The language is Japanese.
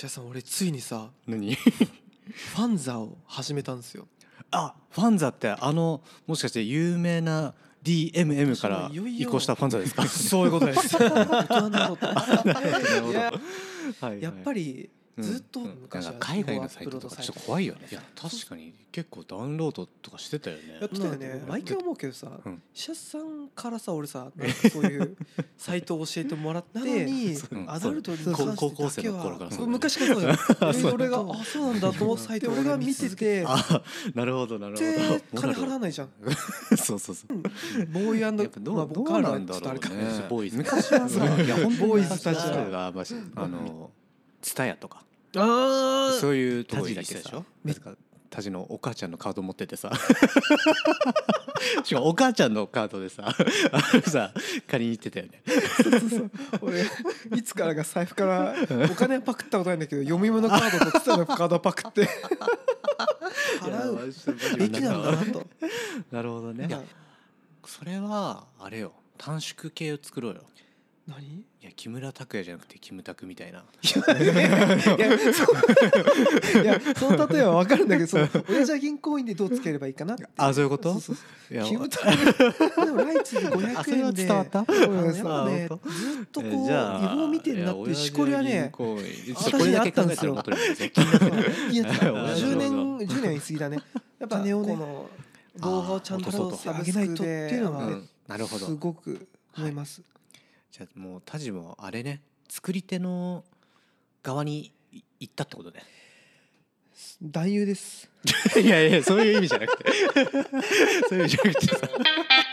シャさん俺ついにさ何ファンザを始めたんですよ。 あ、ファンザってもしかして有名な DMM から移行したファンザですか？ そういうことです大人なのといやはい、 やっぱりずっと昔は海外のサイトとかちょっと怖いよね。いや確かに結構ダウンロードとかしてたよね。 やってたよね。毎回思うけどさ、シャさんからさ俺さなんかそういうサイトを教えてもらってなのにアダルトに関してだけは高校生の頃から昔からそうだよ。俺がそうなんだと思って俺が見ててなるほどなるほど金払わないじゃん。 そうそうそう。 ボーイ& どうなんだろうね。ボーイズ昔はさいや本当にボーイズたちがツタヤとかあそういうタジだけさタジのお母ちゃんのカード持っててさしかもお母ちゃんのカードでさ借りに行ってたよね。 そう俺いつからか財布からお金はパクったことないんだけど読み物カードとツタヤのカードパクって払うべきなんだなと。 なるほどね。いやそれはあれよ、短縮系を作ろうよ。 何？ いや木村拓哉じゃなくてキムタクみたいな。 いやその例えは分かるんだけど、その親父銀行員でどうつければいいかなって。 あ、そういうこと？ キムタクでもライチで500円で伝わった？ やっぱねずっとこう違法みてえになってしこりはねこれだけ考えたら元に 10年言い過ぎだね。やっぱこの動画をちゃんと上げないとっていうのはすごく思います。 じゃあもうタジもあれね、作り手の側に行ったってことね。 男優です。 いやいやそういう意味じゃなくてそういう意味じゃなくてさ